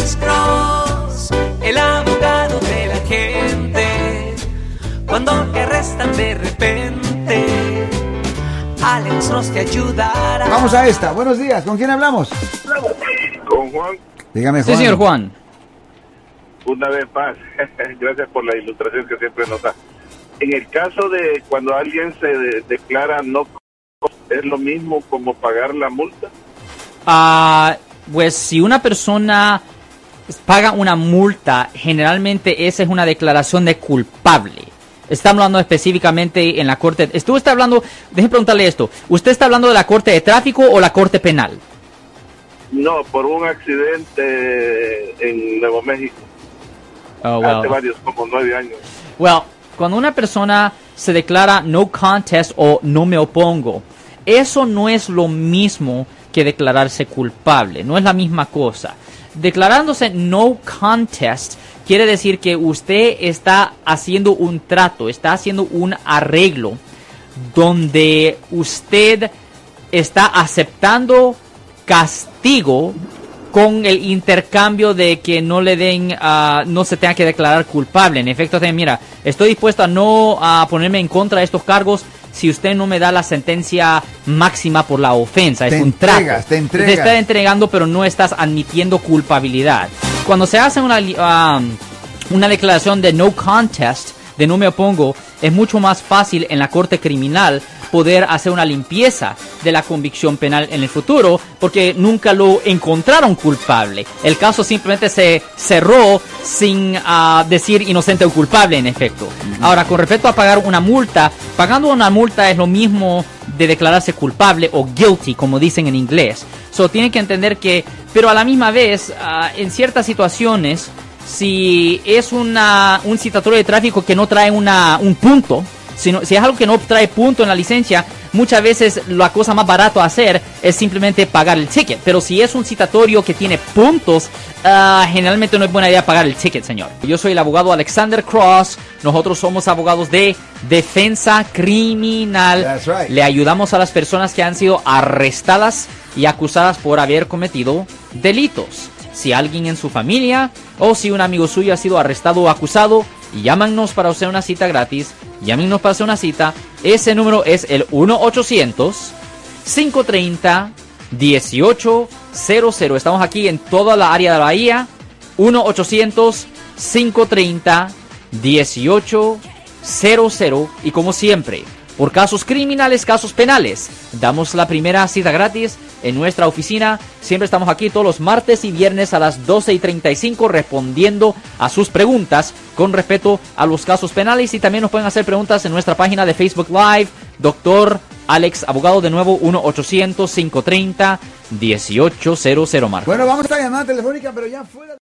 Alex Cross, el abogado de la gente. Cuando te arrestan de repente, Alex Cross te ayudará. Vamos a esta. Buenos días. ¿Con quién hablamos? Con Juan. Dígame, Juan. Sí, señor Juan. Una vez más, gracias por la ilustración que siempre nos da. En el caso de cuando alguien se declara no, ¿es lo mismo como pagar la multa? Pues si una persona paga una multa, generalmente esa es una declaración de culpable. Está hablando específicamente en la corte. Usted está hablando, déjeme preguntarle esto. ¿Usted está hablando de la corte de tráfico o la corte penal? No, por un accidente en Nuevo México. Hace varios, como 9 años. Cuando una persona se declara no contest o no me opongo, eso no es lo mismo que declararse culpable. No es la misma cosa. Declarándose no contest quiere decir que usted está haciendo un trato, está haciendo un arreglo donde usted está aceptando castigo con el intercambio de que no le den, no se tenga que declarar culpable. En efecto, mira, estoy dispuesto a no ponerme en contra de estos cargos si usted no me da la sentencia máxima por la ofensa. Es un trato. Te entregas. Te está entregando, pero no estás admitiendo culpabilidad. Cuando se hace una declaración de no contest, de no me opongo, es mucho más fácil en la corte criminal poder hacer una limpieza de la convicción penal en el futuro, porque nunca lo encontraron culpable. El caso simplemente se cerró sin decir inocente o culpable, en efecto. Ahora, con respecto a pagar una multa, pagando una multa es lo mismo de declararse culpable o guilty, como dicen en inglés. Tienen que entender que, pero a la misma vez, en ciertas situaciones, si es un citatorio de tráfico que no trae un punto, si es algo que no trae punto en la licencia, muchas veces la cosa más barata a hacer es simplemente pagar el ticket. Pero si es un citatorio que tiene puntos, generalmente no es buena idea pagar el ticket, señor. Yo soy el abogado Alexander Cross. Nosotros somos abogados de defensa criminal. That's right. Le ayudamos a las personas que han sido arrestadas y acusadas por haber cometido delitos. Si alguien en su familia o si un amigo suyo ha sido arrestado o acusado, llámanos para hacer una cita gratis. Llámenos para hacer una cita. Ese número es el 1-800-530-1800. Estamos aquí en toda la área de la Bahía. 1-800-530-1800. Y como siempre, por casos criminales, casos penales, damos la primera cita gratis en nuestra oficina. Siempre estamos aquí todos los martes y viernes a las 12:35 respondiendo a sus preguntas con respecto a los casos penales, y también nos pueden hacer preguntas en nuestra página de Facebook Live. Doctor Alex, abogado, de nuevo, 1-800-530-1800, Marco. Bueno, vamos a la llamada telefónica, pero ya fuera.